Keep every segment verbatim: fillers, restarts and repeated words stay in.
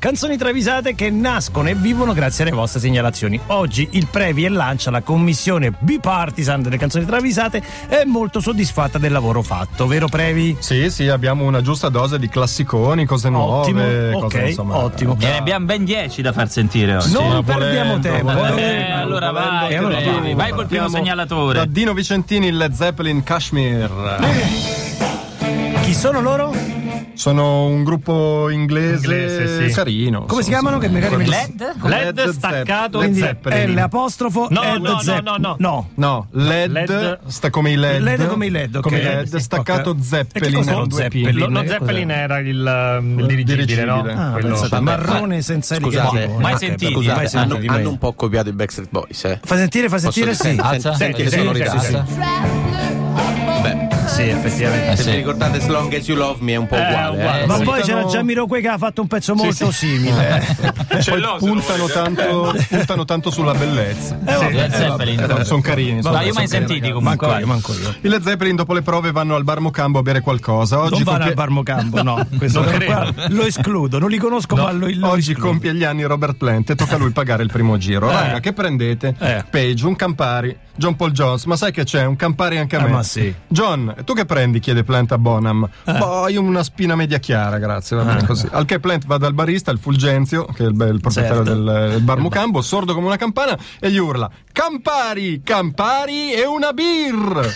canzoni travisate che nascono e vivono grazie alle vostre segnalazioni. Oggi il Previ e lancia la commissione bipartisan delle canzoni travisate è molto soddisfatta del lavoro fatto, vero Previ? Sì, sì, abbiamo una giusta dose di classiconi, cose Ottimo, nuove, ok, cose, insomma, ottimo. Ne abbiamo ben dieci da far sentire oggi. Non Sì, perdiamo volendo, tempo. volendo. eh. Eh, allora vai, E allora Previ, vai. vai col primo Partiamo segnalatore. Da Dino Vicentini, Led Zeppelin, Kashmir. Chi sono loro? Sono un gruppo inglese, Inglese, sì. carino. Come si chiamano? Che magari mi- Led? LED Led staccato. Led Quindi Zeppelin. L apostrofo No, Ed no, Zepp- no, no, no. No, LED, LED. sta come i LED. LED come i LED, ok. Come i LED, Sì, staccato ok. E che Zeppelin cos'è lo con due P. Zeppelin? Lo, lo Che Zeppelin cos'è? era il, um, il dirigibile, no? dirigibile. Ah, Quello- pensate, marrone senza Scusate, righe. mai Ok, sentiti, però, Scusate, mai hanno, sentiti, hanno mai- un po' copiato i Backstreet Boys, eh? Fa sentire, fa sentire, Posso- sì. Senti, Alza. senti le Sì, sonorità. sì, sì. Beh, Sì, effettivamente. se vi ricordate As Long As You Love Me è un po' Eh, uguale. uguale. eh. Ma sì. poi Puntano- c'era Jamiroquai che ha fatto un pezzo molto simile. Ce l'ho, se Puntano lo volete. tanto, puntano tanto sulla bellezza. Led Zeppelin. Sono carini. No, io mai sentiti comunque. Manco io, manco io. I Led Zeppelin dopo le prove vanno al bar Mocambo a bere qualcosa. Oggi Non vanno compie- al bar Mocambo, no. Questo Non qua lo escludo, non li conosco, ma lo, lo Oggi escludo. compie gli anni Robert Plant e tocca a lui pagare il primo giro. Eh. Raga, che prendete? Eh. Page, un Campari, John Paul Jones. Ma sai che c'è? Un Campari anche a Ah, me. ma sì. John, tu che prendi? Chiede Plant a Bonham. Boh, io una spina media chiara, grazie. Va bene così. Al che Plant va dal barista, il Fulgenzio, che è il, il proprietario Certo. del, del bar Mocambo, sordo come una campana, e gli urla: Campari, Campari e una birra!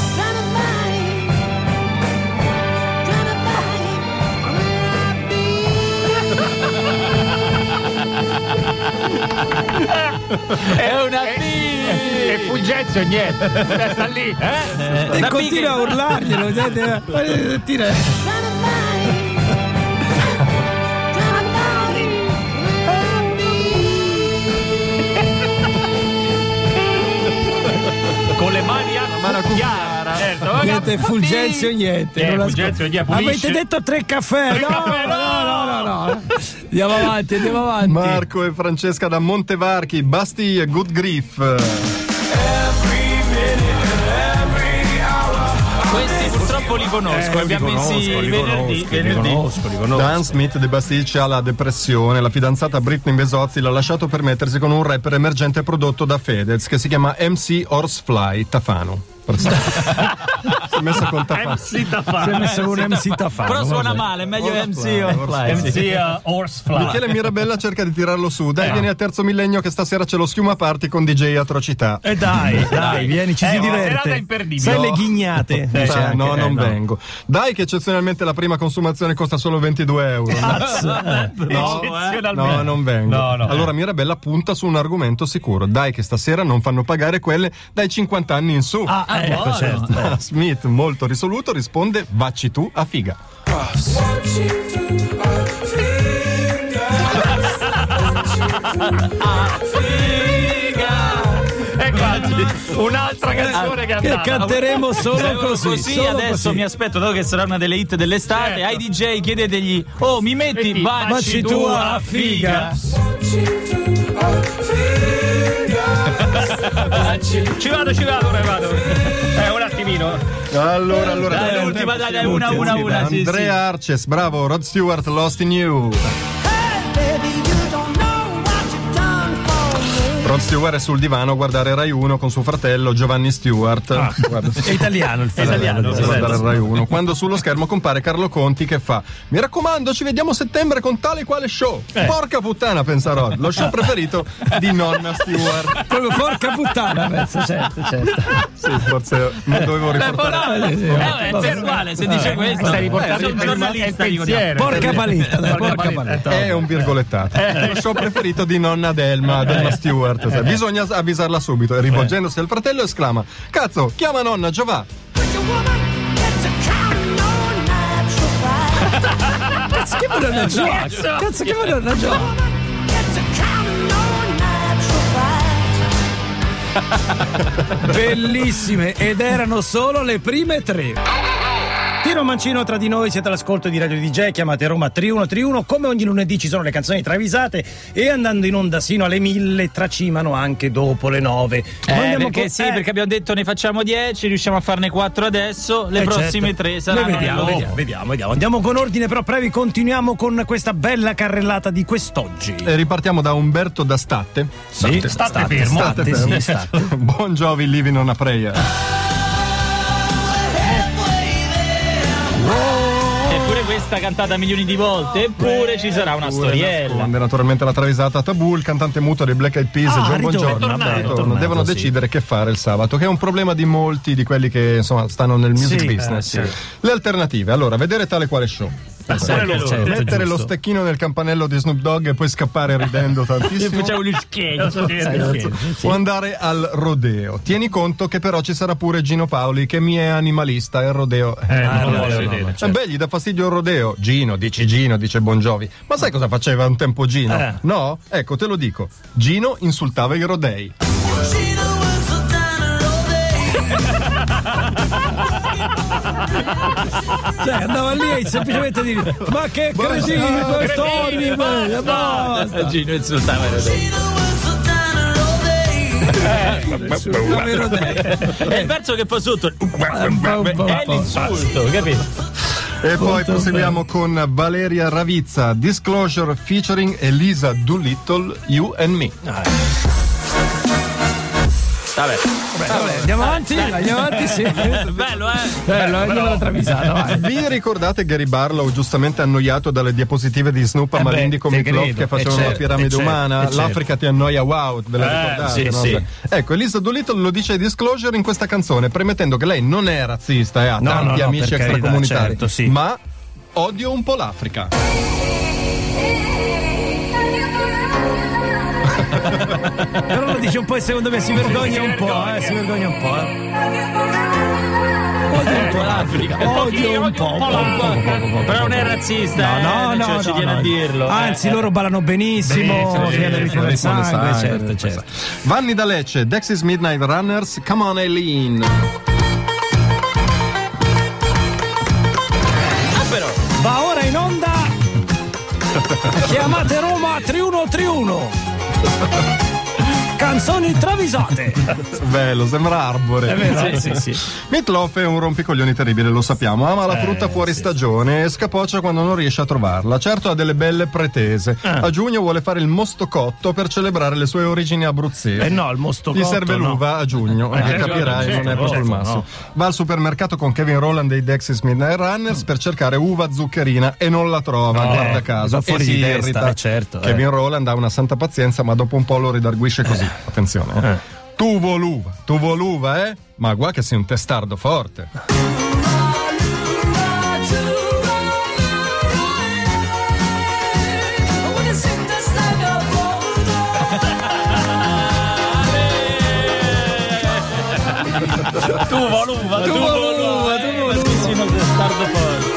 È una B! E Fulgenzio niente, sta lì, eh? E Una continua a big- urlarglielo, vedete? Guardate, sentire. Con le mani a mano a cucchiara. Certo. Niente Fulgenzio, niente. Eh, non l'ascol- Fulgenzio, niente, pulisce. Avete detto tre caffè? Tre no, caffè, no, no, no, no. Andiamo avanti, andiamo avanti. Marco e Francesca da Montevarchi, Basti e Good Grief. Questi purtroppo li conosco, li abbiamo messi venerdì. li venerdì. conosco, li conosco. Dan Smith de Basticci ha la depressione. La fidanzata Britney Besozzi l'ha lasciato per mettersi con un rapper emergente prodotto da Fedez che si chiama M C Horsefly Tafano. Si è messo con Tafano. M C Si è Tafano. messo con M C Tafano. Però suona vabbè. male, è meglio M C Horsefly, o Fly. M C uh, Horsefly. Michele Mirabella cerca di tirarlo su. Dai, vieni al terzo millennio che stasera c'è lo schiuma party con D J Atrocità. E dai, dai, vieni, ci Eh, si una serata diverte. imperdibile. Sai No. le ghignate? Eh, Dice anche, no, eh, non no. vengo. Dai, che eccezionalmente la prima consumazione costa solo ventidue euro. Cazzo, eh. No, Eccezionalmente. no, non vengo. No, no. Allora Mirabella punta su un argomento sicuro. Dai, che stasera non fanno pagare quelle dai cinquanta anni in su. Ah, ecco, certo. Ah, Smith, molto risoluto, risponde: vacci tu a figa. E quasi un'altra canzone che è Che andata. canteremo solo Solo così. così, solo adesso così. mi aspetto no, che sarà una delle hit dell'estate. Certo. Ai D J chiedetegli: oh, mi metti Metti baci Baci tu tu a a figa. Ci vado, ci vado, ora vado. Eh, un attimino. Allora, allora, Dai, dai, l'ultima, dai, dai, l'ultima, una, una, l'ultima. una, sì, Andrea sì. Arces, bravo. Rod Stewart, Lost in You. Rod Stewart è sul divano a guardare Rai uno con suo fratello Giovanni Stewart. Guarda, È italiano il fratello. Italiano, a sì, guardare sì. Rai uno. Quando sullo schermo compare Carlo Conti che fa: mi raccomando, ci vediamo a settembre con tale e quale show. Porca puttana, pensa Rod, lo show preferito di nonna Stewart. Proprio porca puttana, penso, certo, certo. Sì, forse non dovevo Beh, riportare. però, eh, è testuale, se dice questo. Stai riportando Eh, un il giornalista, il ricordiamo. pensiero. Porca paletta, dai, Porca porca paletta. paletta. È un virgolettato. È lo show preferito di nonna Delma, Delma Stewart. Sai, bisogna avvisarla subito. E rivolgendosi al fratello esclama: cazzo, chiama nonna Giovà. Cazzo, che madonna Gio? Cazzo, che madonna Gio? Bellissime, ed erano solo le prime tre. Tiro Mancino tra di noi, siete all'ascolto di Radio D J, chiamate Roma tre uno tre uno, come ogni lunedì ci sono le canzoni travisate e andando in onda sino alle mille tracimano anche dopo le nove. Eh, perché con... sì, eh. perché abbiamo detto ne facciamo dieci, riusciamo a farne quattro adesso, le Eh, prossime certo. tre saranno Le vediamo, dopo. vediamo, vediamo, vediamo. Andiamo con ordine però brevi, continuiamo con questa bella carrellata di quest'oggi. E ripartiamo da Umberto da State. Sì, State, state fermo. state, State sì, fermo. state. Bon Jovi, Living on a Prayer. Eppure questa cantata milioni di volte, eppure ci sarà una storiella. Nasconde naturalmente la travisata Tabù, il cantante muto dei Black Eyed Peas Ah, e John Bon ritorna, Jovi è tornato, ritorno, è tornato, devono sì. decidere che fare il sabato, che è un problema di molti di quelli che insomma stanno nel music Sì, business. eh, sì. Le alternative, allora, vedere tale quale show. Certo, certo, Mettere lo giusto. stecchino nel campanello di Snoop Dogg e poi scherzo ridendo tantissimo. Facciamo gli scherzi. O andare al rodeo. Tieni conto che però ci sarà pure Gino Paoli che mi è animalista e il rodeo. Eh, Ah, non lo no, voglio no, vedere. no, Eh, certo. beh, gli dà fastidio il rodeo. Gino, dici Gino, dice Bon Jovi. Ma sai cosa faceva un tempo Gino? Eh. No? Ecco, te lo dico. Gino insultava i rodei. Cioè, andava lì e semplicemente dire: ma che cretino, questo orribile, basta. Gino insultava il rodeo. È il pezzo che fa sotto. È l'insulto, capito? E poi proseguiamo con Valeria Ravizza, Disclosure featuring Elisa Doolittle, You and Me. Vabbè. Vabbè, andiamo avanti, andiamo avanti, sì. Bello, eh? Bello, andiamo alla travisata, vai. Vi ricordate Gary Barlow, giustamente annoiato dalle diapositive di Snoop a Eh beh, Malindi con te Meatloaf credo, che facevano eh la certo, piramide eh certo, umana? eh certo. L'Africa ti annoia, wow, ve la Eh, ricordate? sì, no? sì. Ecco, Elisa Doolittle lo dice ai Disclosure in questa canzone, premettendo che lei non è razzista e ha No, tanti no, no, amici per carità, extracomunitari, certo, sì. ma odio un po' l'Africa. Però lo dice un po' e secondo me si vergogna un po', eh, si vergogna un po', eh. Odio un po' l'Africa, odio un po', un po', un po', un po', un po'. Però non è razzista, No, eh, no, cioè, no, ci no, viene no. a dirlo. Anzi, eh. loro ballano benissimo, Benissimo, si vede il ritmo del Ritmo del sangue, sangue, certo, questo. certo. Vanni da Lecce, Dexys Midnight Runners, Come on Eileen. Ah, però. Va ora in onda. Chiamate Roma tre uno tre uno. Canzoni travisate. Bello, sembra Arbore. È vero? Sì, sì, sì. Meatloaf è un rompicoglioni terribile, lo sappiamo. Ama la Eh, frutta fuori sì. stagione e scapoccia quando non riesce a trovarla. Certo ha delle belle pretese. Ah. A giugno vuole fare il mosto cotto per celebrare le sue origini abruzzesi. Eh no, il mosto Gli cotto, serve no. l'uva a giugno, Eh, che eh, capirai certo, non è proprio il certo, massimo. no. Va al supermercato con Kevin Rowland dei Dexys Midnight Runners per cercare uva zuccherina e non la trova, No, guarda eh, caso. va fuori e si di testa, irrita. eh, certo, eh. Kevin Rowland ha una santa pazienza, ma dopo un po' lo ridarguisce così. Attenzione. eh. Tu voluva, tu voluva, eh? Ma guarda che sei un testardo forte. Tu voluva, tu voluva, tu voluva. Bellissimo testardo forte.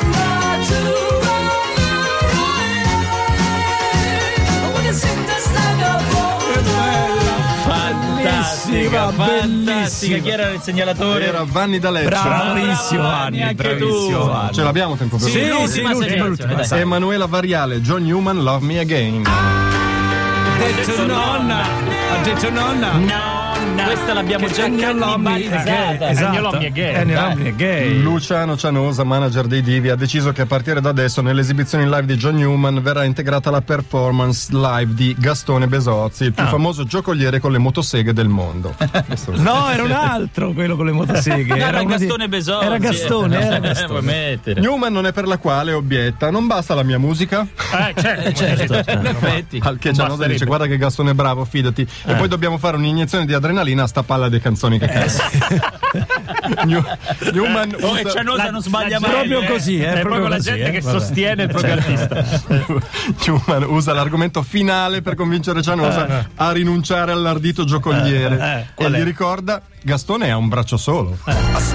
Fantastica, bellissima. fantastica. Chi era il segnalatore? Era Vanni da Lecce. Bravissimo Bravo, Anni, anche bravissimo tu. Anni. Ce l'abbiamo tempo per Sì, dire? l'ultima sì, l'ultima, segnalazione, l'ultima, dai. sai. Emanuela Variale, John Newman, Love Me Again. Detto nonna, ha detto nonna. Nonna. Questa l'abbiamo Che già cannibalizzata. cannibalizzata. Esatto. Ennio Lommi è gay. Ennio Lommi è gay. Luciano Cianosa, manager dei Divi, ha deciso che a partire da adesso nelle esibizioni live di John Newman verrà integrata la performance live di Gastone Besozzi, il più Ah. famoso giocoliere con le motoseghe del mondo. Questo- No, era un altro quello con le motoseghe. No, era uno di- Gastone Besozzi. Era Gastone, era Eh, Gastone. puoi mettere. Newman non è per la quale obietta, non basta la mia musica? Eh, certo. certo. In effetti. Al che Cianosa dice guarda che Gastone è bravo, fidati. E poi dobbiamo fare un'iniezione di adrenalina a sta palla di canzoni che canta. New- Newman Oh, e usa- Cianosa non sbaglia la mai. Proprio eh. così, eh, È proprio la così, gente eh, che vabbè. sostiene il proprio artista. Newman usa l'argomento finale per convincere Cianosa a rinunciare all'ardito giocoliere Eh, eh, e qual gli è? ricorda Gastone ha un braccio solo. Come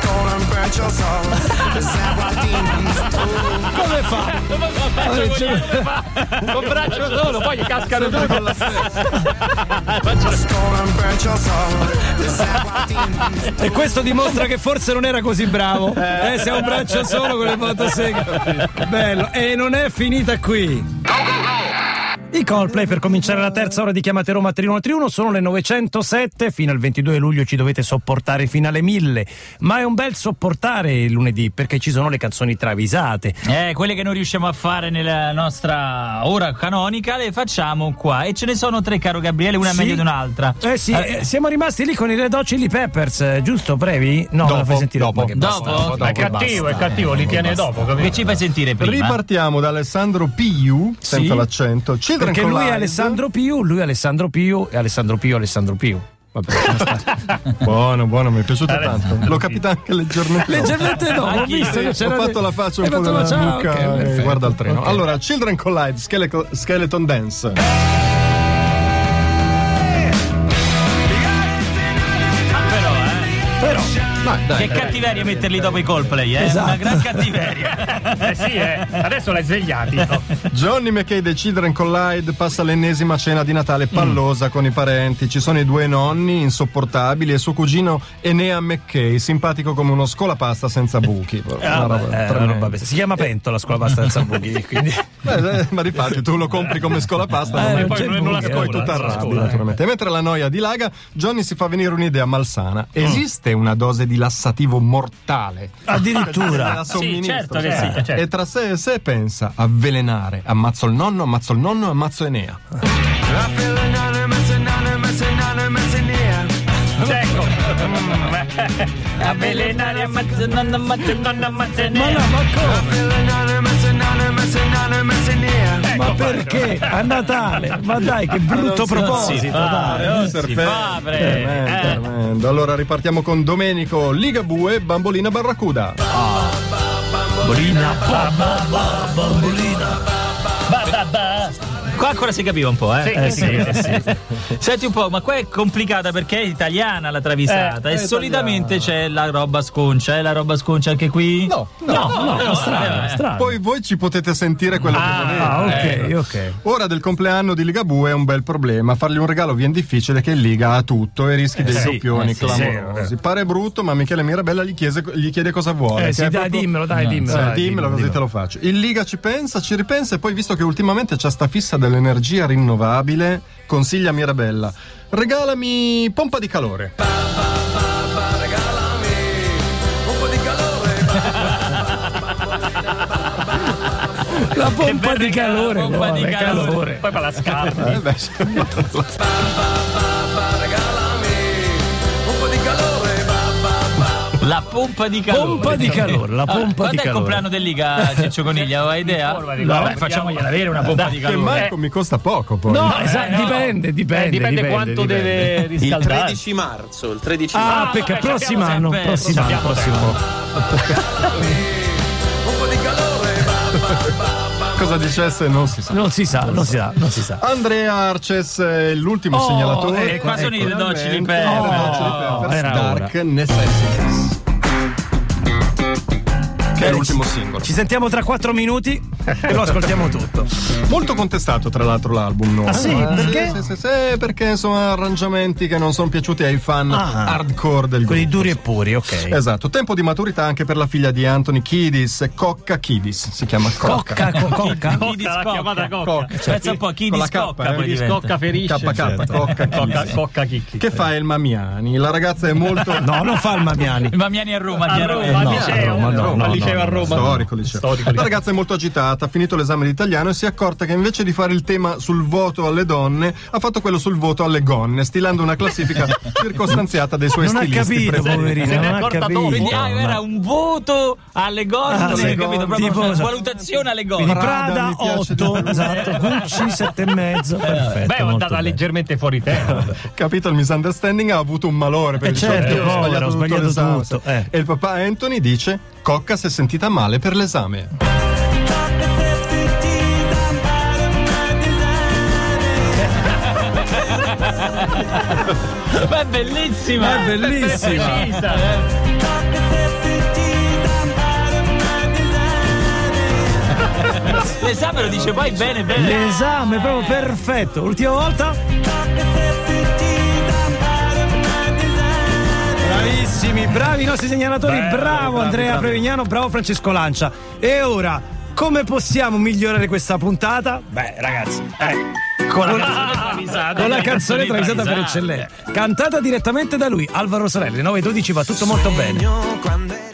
fa? Come fa? Con braccio solo, poi gli cascano due con la E questo dimostra che forse non era così bravo. Eh, se ha un braccio solo con le motoseghe. Bello. E non è finita qui. I Coldplay per cominciare la terza ora di Chiamate Roma tre uno tre uno sono le novecentosette, fino al ventidue luglio ci dovete sopportare fino alle mille, ma è un bel sopportare il lunedì perché ci sono le canzoni travisate. Eh, quelle che non riusciamo a fare nella nostra ora canonica le facciamo qua e ce ne sono tre, caro Gabriele, una Sì. meglio di un'altra. Eh sì, eh, siamo rimasti lì con i Red Hot Chili Peppers, eh, giusto Previ? No, Dopo, la fai sentire dopo. Ma che basta, Dopo? dopo, È cattivo, basta. è cattivo, li tiene dopo, capito? Che ci fai sentire prima? Ripartiamo da Alessandro Piu, senza Sì. l'accento. Children Perché lui è Collide. Alessandro Piu, lui è Alessandro Piu e Alessandro Piu Alessandro Piu. Vabbè, Buono, buono, mi è piaciuto tanto. L'ho capito anche leggermente. leggermente dopo, ho Anch'io. visto che Ho c'era fatto la faccia un Hai po' fatto della la- ciao, mucca ok, e perfetto. guarda il treno. Ok. Allora, Children Collide, Skele- Skeleton Dance. Però, eh. Però Dai, dai. Che cattiveria metterli dopo i Coldplay, eh? Esatto. Una gran cattiveria. Eh sì, eh. Adesso l'hai svegliati. No? Johnny McKay dei Children Collide passa l'ennesima cena di Natale pallosa con i parenti. Ci sono i due nonni insopportabili e suo cugino Enea McKay, simpatico come uno scolapasta senza buchi. Una Ah, roba beh, eh, tremenda. una roba bestia. Si chiama Pento la scuola pasta senza buchi, quindi Eh, eh, ma difatti tu lo compri come scolapasta, Eh, non non poi c'è non, buchi, la eh, poi non tu la t'arrabbi, scuola, eh. naturalmente. Mentre la noia dilaga, Johnny si fa venire un'idea malsana. Esiste una dose di lassativo mortale? addirittura. La Sì, somministro, certo che cioè. sì. E tra sé e sé pensa: avvelenare, ammazzo il nonno, ammazzo il nonno e ammazzo Enea. Ecco. Avvelenare, ammazza, non ammazza, non ammazza. Ma no, ma come? Ma Ecco, perché? A Natale? Ma dai, che brutto proposito, dai. Non si Perfetto. fa, bre. Tremendo, Eh. tremendo. Allora ripartiamo con Domenico Ligabue, Bambolina Barracuda. Bambolina, ba, ba, ba, bambolina. Ba, ba, ba. Qua ancora si capiva un po', eh? Sì, Eh sì, eh sì. Senti un po', ma qua è complicata perché è italiana la travisata Eh, e è solitamente c'è la roba sconcia, è la roba sconcia anche qui? No, no, No, no, strano, eh. strano. Poi voi ci potete sentire quello che volete. Ah, ok, Eh. ok. Ora del compleanno di Ligabue è un bel problema. Fargli un regalo viene difficile che in Liga ha tutto e rischi dei sì, doppioni eh sì, clamorosi. Pare brutto, ma Michele Mirabella gli, chiese- gli chiede cosa vuole. Eh che sì, è dai, proprio- dimmelo, dai, dimmelo. Eh, dai, dimmelo così dimmelo. te lo faccio. In Liga ci pensa, ci ripensa e poi visto che ultimamente c'è sta fissa dell'energia rinnovabile, consiglia Mirabella: regalami pompa di calore. La pompa di calore, pompa buona, di è calore. calore. Poi per la scarpa. Eh beh, La pompa di calore. Pompa di calore, la Allora, pompa di quando è il calore. compleanno del Liga, Ciccio Coniglia? Hai idea? No, Vabbè, facciamogliela avere una pompa di che calore. Marco mi costa poco poi. No, esatto, no. dipende, dipende. Eh, dipende quanto dipende. deve Il riscaldare. tredici marzo, il tredici Ah, marzo. perché vabbè, prossimo sappiamo anno, sempre, prossimo anno, sappiamo prossimo anno. Cosa dicesse non si sa. Non si sa, non si sa, non si sa. Andrea Arces, eh, l'ultimo Oh, segnalatore. e qua sono i Red Hot Chili finalmente. Peppers. Red Hot Chili Oh, Peppers, era Dark Necessities. Che è Eh, l'ultimo singolo. Ci sentiamo tra quattro minuti e lo ascoltiamo tutto. Molto contestato tra l'altro l'album nuovo. Ah, sì? Eh, Perché? Sì, sì, sì, perché insomma arrangiamenti che non sono piaciuti ai fan Ah. hardcore del Quelli gruppo. duri e puri, ok. Esatto, tempo di maturità anche per la figlia di Anthony Kiedis, Cocca Kiedis, si chiama Cocca. Cocca, co- cocca. Chi Cocca, la chiamata discocca? Cocca. Pensa un po', chi Con la discocca K, eh, poi chi diventa. Scocca ferisce. K K, certo. Cocca Cocca, Kiedis. cocca chicchi. Che fa il Mamiani? La ragazza è molto No, non fa il Mamiani. Ma vieni a Roma, A chiaramente. Roma, al no, liceo. no, no, no, al liceo no, a no, Roma. Storico liceo. Storico La liceo. ragazza è molto agitata, ha finito l'esame di italiano e si è accorta che invece di fare il tema sul voto alle donne, ha fatto quello sul voto alle gonne, stilando una classifica circostanziata dei suoi Non ha stilisti capito, preferiti. poverino, Se ne è non ha accorta capito. dopo. Quindi ah, Ma- era un voto alle gonne, Ah, non sì, hai capito? Proprio tipo- una valutazione alle gonne. Quindi Prada, Prada mi piace di otto, più. esatto, Gucci sette e mezzo, perfetto. Beh, è molto andata bene. leggermente fuori tema. Capito il misunderstanding? Ha avuto un malore per Eh il certo, sorteggio, ho povero, ho sbagliato l'esame. tutto, eh. E il papà Anthony dice: Cocca si è sentita male per l'esame. Ma È bellissima! È bellissima! Precisa, eh. L'esame lo dice poi bene bene. L'esame proprio perfetto. Ultima volta. Bravissimi, bravi i nostri segnalatori. Bello, bravo bravi, Andrea bravi. Prevignano, bravo Francesco Lancia. E ora, come possiamo migliorare questa puntata? Beh, ragazzi, eh, Con la canzone travisata. con la canzone travisata per eccellenza, cantata direttamente da lui, Alvaro Sorelli. nove e dodici va tutto molto bene. Quando